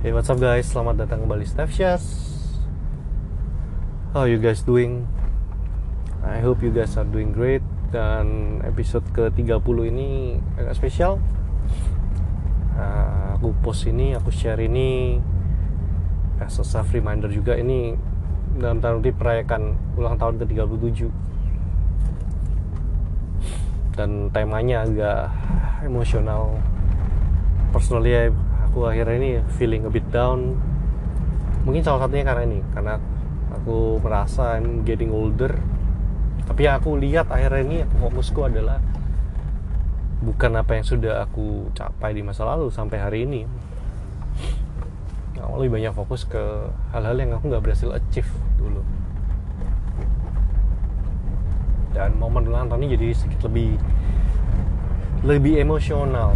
Hey, what's up guys? Selamat datang kembali Steph Shas. How you guys doing? I hope you guys are doing great. Dan episode ke-30 ini agak spesial. Aku post ini, aku share ini as a self reminder juga. Ini dalam tanda kutip merayakan ulang tahun ke-37. Dan temanya agak emosional. Personally, aku akhirnya ini feeling a bit down. Mungkin salah satunya karena aku merasa I'm getting older. Tapi yang aku lihat akhirnya ini, fokusku adalah bukan apa yang sudah aku capai di masa lalu sampai hari ini. Aku lebih banyak fokus ke hal-hal yang aku gak berhasil achieve dulu. Dan momen ulang tahun ini jadi sedikit lebih emosional.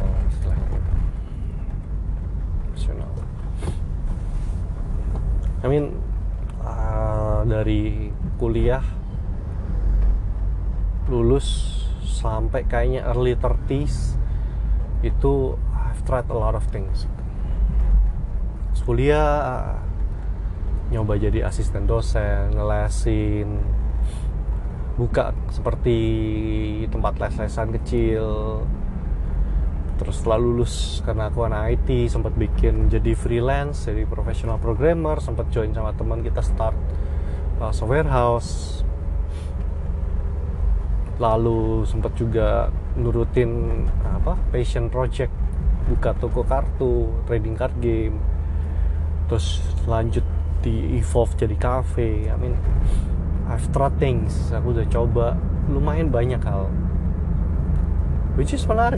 I mean, dari kuliah lulus sampai kayaknya early 30s itu I've tried a lot of things. Kuliah nyoba jadi asisten dosen, ngelesin, buka seperti tempat les-lesan kecil. Terus setelah lulus, karena aku anak IT, sempat bikin jadi freelance, jadi professional programmer, sempat join sama teman kita start software house. Lalu sempat juga nurutin passion project, buka toko kartu, trading card game. Terus lanjut di evolve jadi cafe. I mean, I've tried things. Aku udah coba lumayan banyak hal, which is menarik.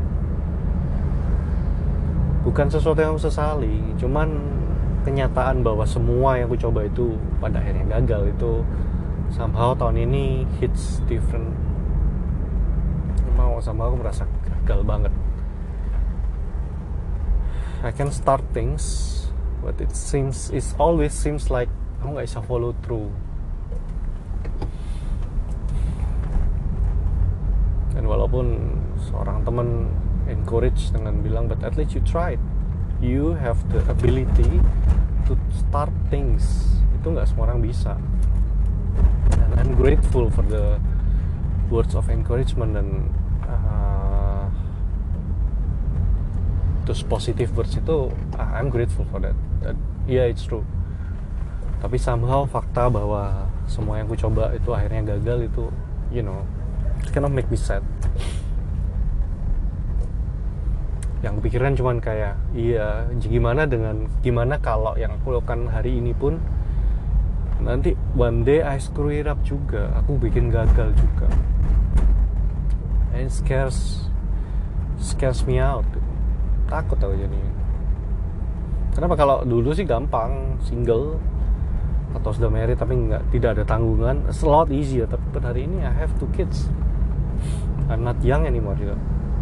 Bukan sesuatu yang aku sesali, cuman kenyataan bahwa semua yang aku coba itu pada akhirnya gagal. Itu somehow tahun ini hits different. Somehow aku merasa gagal banget. I can start things, but it always seems like aku gak bisa follow through. Dan walaupun seorang teman encourage dengan bilang, but at least you tried, you have the ability to start things. Itu gak semua orang bisa. And I'm grateful for the words of encouragement dan those positive words itu. I'm grateful for that. Yeah, it's true. Tapi somehow fakta bahwa semua yang ku coba itu akhirnya gagal, itu it kind of make me sad. Yang kepikiran cuman kayak, gimana kalau yang aku lakukan hari ini pun nanti one day I screw it up juga, aku bikin gagal juga. And it scares me out. Takut aku jadi. Kenapa? Kalau dulu sih gampang, single atau sudah married tapi tidak ada tanggungan, it's a lot easier. Tapi hari ini I have 2 kids. I'm not young anymore juga.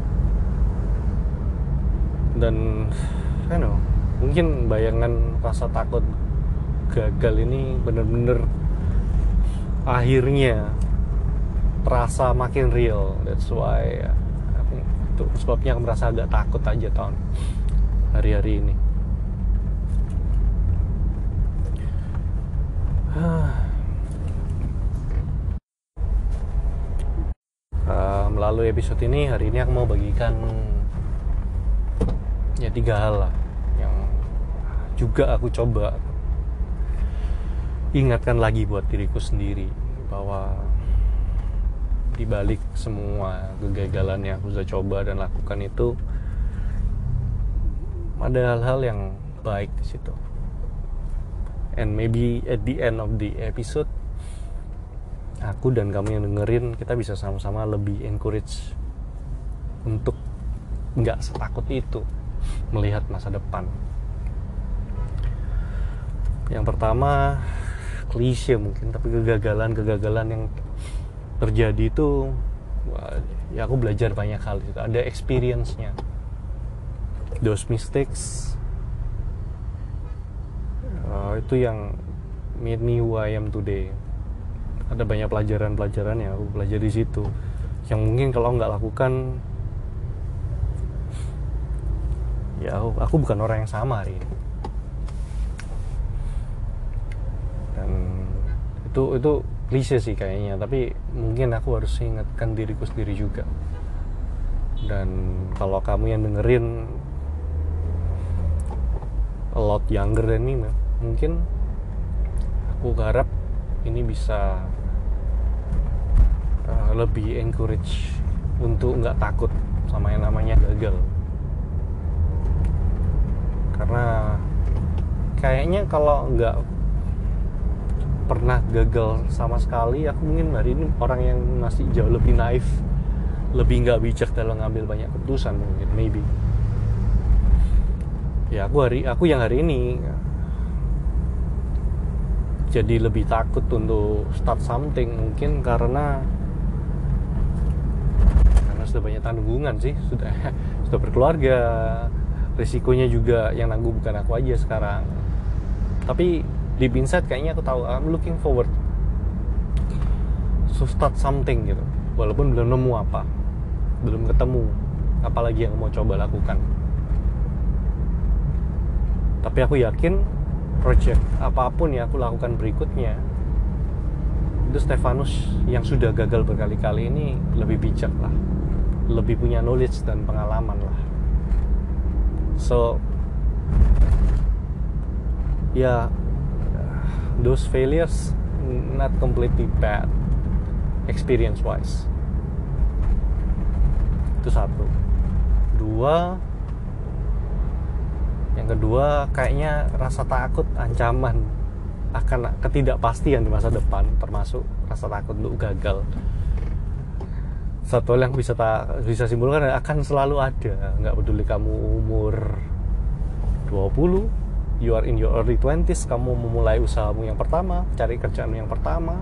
Dan mungkin bayangan rasa takut gagal ini bener-bener akhirnya terasa makin real. That's why itu sebabnya aku merasa agak takut aja tahun hari-hari ini. Melalui episode ini, hari ini aku mau bagikan 3 hal lah yang juga aku coba ingatkan lagi buat diriku sendiri, bahwa di balik semua kegagalan yang aku sudah coba dan lakukan itu ada hal-hal yang baik di situ. And maybe at the end of the episode, aku dan kamu yang dengerin, kita bisa sama-sama lebih encourage untuk nggak setakut itu melihat masa depan. Yang pertama, klise mungkin, tapi kegagalan yang terjadi itu, ya aku belajar banyak hal itu. Ada experience-nya. Those mistakes itu yang made me who I am today. Ada banyak pelajaran yang aku pelajari di situ, yang mungkin kalau nggak lakukan, ya aku bukan orang yang sama hari ini. Itu klise sih kayaknya, tapi mungkin aku harus ingatkan diriku sendiri juga. Dan kalau kamu yang dengerin a lot younger than me, mungkin aku harap ini bisa lebih encourage untuk nggak takut sama yang namanya gagal. Karena kayaknya kalau nggak pernah gagal sama sekali, aku mungkin hari ini orang yang masih jauh lebih naif, lebih nggak bijak dalam ngambil banyak keputusan mungkin, maybe. Ya aku yang hari ini jadi lebih takut untuk start something, mungkin karena sudah banyak tanggungan sih, sudah berkeluarga, risikonya juga yang nanggung bukan aku aja sekarang. Tapi deep inside kayaknya aku tahu I'm looking forward to start something gitu, walaupun belum nemu apa, belum ketemu apalagi yang mau coba lakukan. Tapi aku yakin project apapun yang aku lakukan berikutnya, itu Stefanus yang sudah gagal berkali-kali ini lebih bijak lah, lebih punya knowledge dan pengalaman lah. So those failures not completely bad experience wise. Itu satu. Yang kedua kayaknya rasa takut, ancaman akan ketidakpastian di masa depan, termasuk rasa takut untuk gagal. Satu hal yang bisa simpulkan akan selalu ada, nggak peduli kamu umur 20, you are in your early 20s, kamu memulai usahamu yang pertama, cari kerjaanmu yang pertama,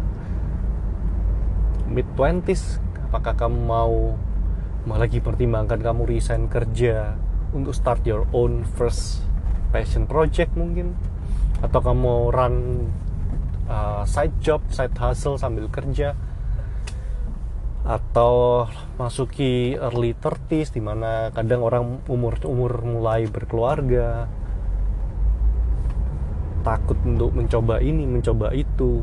mid 20s, apakah kamu mau lagi pertimbangkan kamu resign kerja untuk start your own first passion project mungkin, atau kamu mau run side job, side hustle sambil kerja, atau masuki early 30s dimana kadang orang umur mulai berkeluarga, takut untuk mencoba ini, mencoba itu,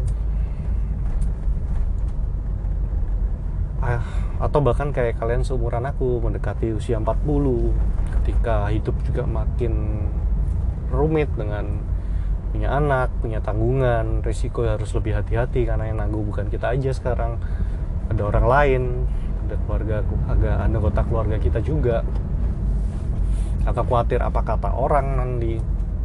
atau bahkan kayak kalian seumuran aku mendekati usia 40, ketika hidup juga makin rumit dengan punya anak, punya tanggungan, risiko harus lebih hati-hati karena yang nanggung bukan kita aja sekarang, ada orang lain, ada anggota keluarga kita juga. Agak khawatir apa kata orang nanti.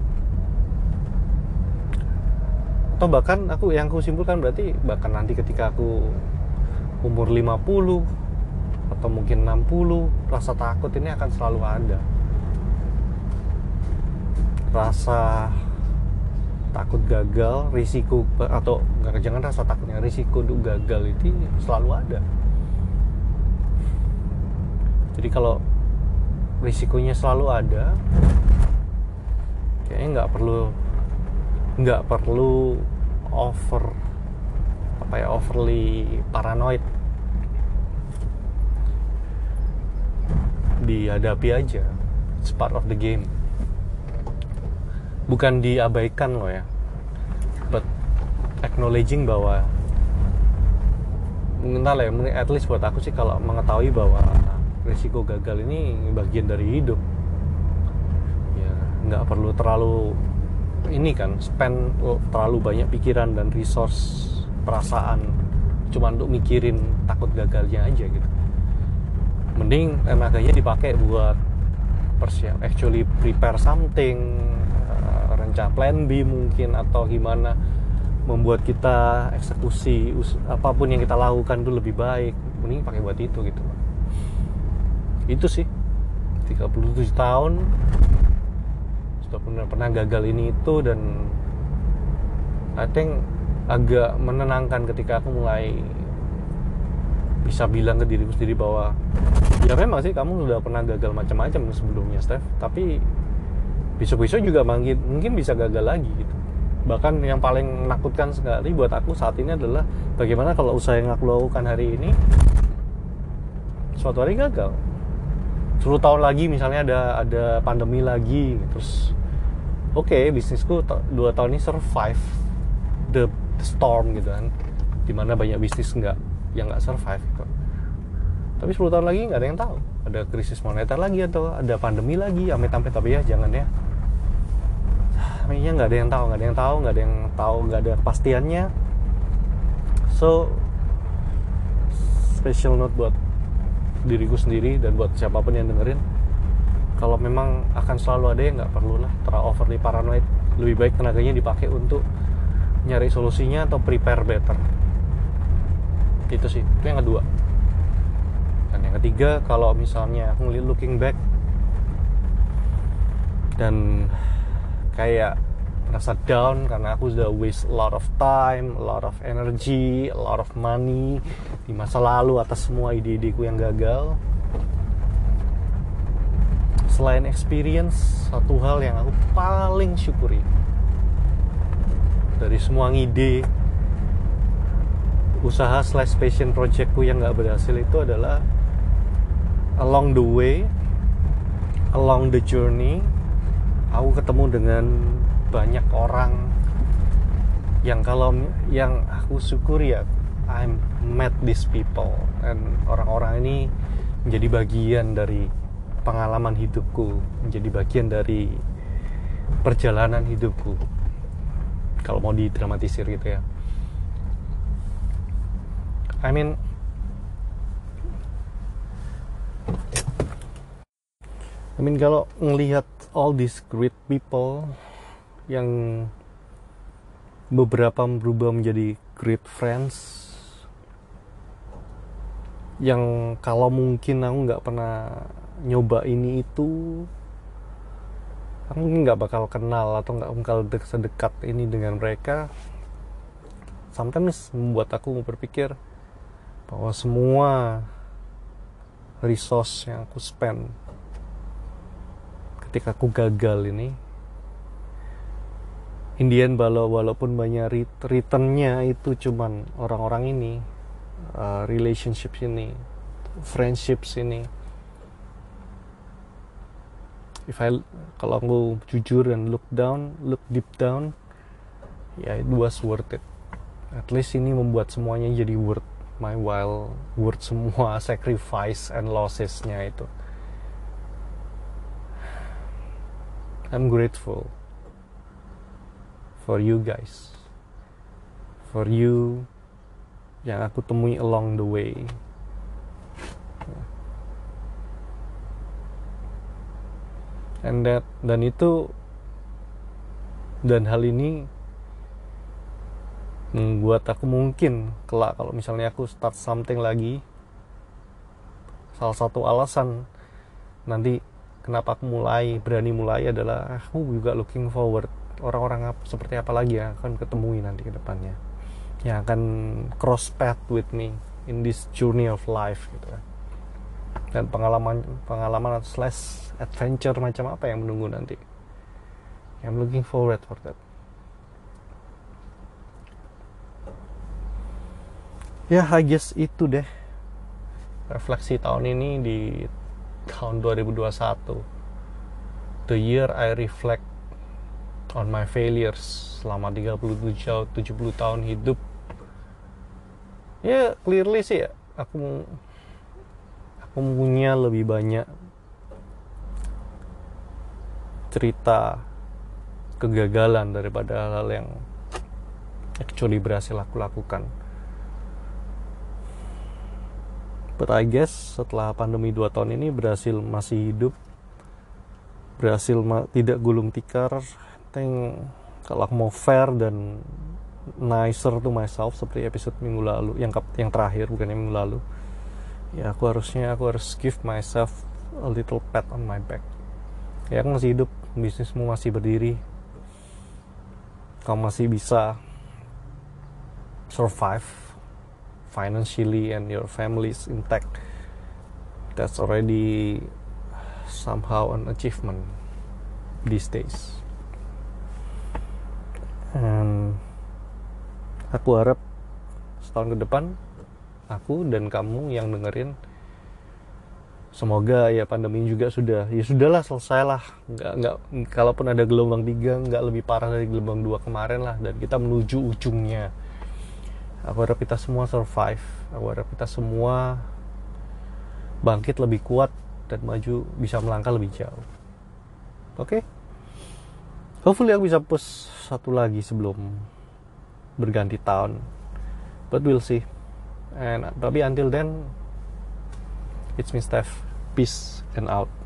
Atau bahkan yang aku simpulkan berarti bahkan nanti ketika aku umur 50 atau mungkin 60, rasa takut ini akan selalu ada. Rasa takut gagal, risiko, atau jangan rasa takutnya, risiko untuk gagal itu selalu ada. Jadi kalau risikonya selalu ada, kayaknya nggak perlu overly paranoid, dihadapi aja, it's part of the game. Bukan diabaikan loh ya, but acknowledging bahwa entah lah ya, at least buat aku sih, kalau mengetahui bahwa risiko gagal ini bagian dari hidup, ya nggak perlu terlalu ini kan, spend terlalu banyak pikiran dan resource, perasaan cuma untuk mikirin takut gagalnya aja gitu. Mending tenaganya dipakai buat actually prepare something, rencana plan B mungkin, atau gimana membuat kita eksekusi apapun yang kita lakukan itu lebih baik. Mending pakai buat itu gitu. Itu sih 37 tahun sudah pernah gagal ini itu, dan I think agak menenangkan ketika aku mulai bisa bilang ke diriku sendiri bahwa ya memang sih kamu sudah pernah gagal macam-macam sebelumnya, Steph, tapi besok-besok juga mungkin bisa gagal lagi gitu. Bahkan yang paling menakutkan sekali buat aku saat ini adalah bagaimana kalau usaha yang aku lakukan hari ini suatu hari gagal. 10 tahun lagi misalnya ada pandemi lagi, terus oke, bisnisku 2 tahun ini survive, the the storm gitu kan, dimana banyak bisnis yang nggak survive gitu. Tapi 10 tahun lagi nggak ada yang tahu, ada krisis moneter lagi atau ada pandemi lagi, amit-amit. Tapi ya jangan ya, aminnya nggak ada yang tahu, nggak ada kepastiannya. So special note buat diriku sendiri dan buat siapapun yang dengerin, kalau memang akan selalu ada, ya nggak perlulah terlalu overly paranoid. Lebih baik tenaganya dipakai untuk nyari solusinya atau prepare better. Itu sih, itu yang kedua. Dan yang ketiga, kalau misalnya aku looking back dan kayak merasa down karena aku sudah waste a lot of time, a lot of energy, a lot of money di masa lalu atas semua ide-ideku yang gagal. Selain experience, satu hal yang aku paling syukuri dari semua ide usaha / passion projectku yang gak berhasil itu adalah along the way, along the journey, aku ketemu dengan banyak orang yang aku syukuri ya, I met these people, dan orang-orang ini menjadi bagian dari pengalaman hidupku, menjadi bagian dari perjalanan hidupku, kalau mau didramatisir gitu ya. I mean kalau ngelihat all these great people yang beberapa berubah menjadi great friends, yang kalau mungkin aku nggak pernah nyoba ini itu, aku mungkin nggak bakal kenal atau nggak bakal sedekat ini dengan mereka. Sometimes membuat aku berpikir bahwa semua resource yang aku spend ketika aku gagal ini, Indian walaupun banyak returnnya itu cuman orang-orang ini, relationships ini, friendships ini. Kalau aku jujur dan look deep down, ya it was worth it. At least ini membuat semuanya jadi worth my while, worth semua sacrifice and lossesnya itu. I'm grateful for you guys, for you yang aku temui along the way. Dan hal ini membuat aku mungkin kelak kalau misalnya aku start something lagi, salah satu alasan nanti kenapa aku berani mulai adalah aku juga looking forward orang-orang seperti apa lagi yang akan ketemui nanti ke depannya, yang akan cross path with me in this journey of life gitu kan. Dan pengalaman / adventure macam apa yang menunggu nanti. I'm looking forward for that. Ya, I guess itu deh refleksi tahun ini di tahun 2021. The year I reflect on my failures selama 70 tahun hidup. Ya, clearly sih ya, aku punya lebih banyak cerita kegagalan daripada hal-hal yang actually berhasil aku lakukan. But I guess setelah pandemi 2 tahun ini berhasil masih hidup, berhasil tidak gulung tikar. Kalau aku mau fair dan nicer to myself seperti episode minggu lalu, yang terakhir, bukan yang minggu lalu, ya aku harus give myself a little pat on my back. Ya, aku masih hidup, bisnismu masih berdiri, kamu masih bisa survive financially and your family is intact. That's already somehow an achievement these days. And aku harap setahun ke depan aku dan kamu yang dengerin, semoga ya pandemi juga sudahlah selesai lah. Nggak, kalaupun ada gelombang 3 nggak lebih parah dari gelombang 2 kemarin lah, dan kita menuju ujungnya, Aku harap kita semua survive. Aku harap kita semua bangkit lebih kuat dan maju, bisa melangkah lebih jauh. Oke? Hopefully aku bisa push satu lagi sebelum berganti tahun. But we'll see. Tapi until then, it's me Steph. Peace and out.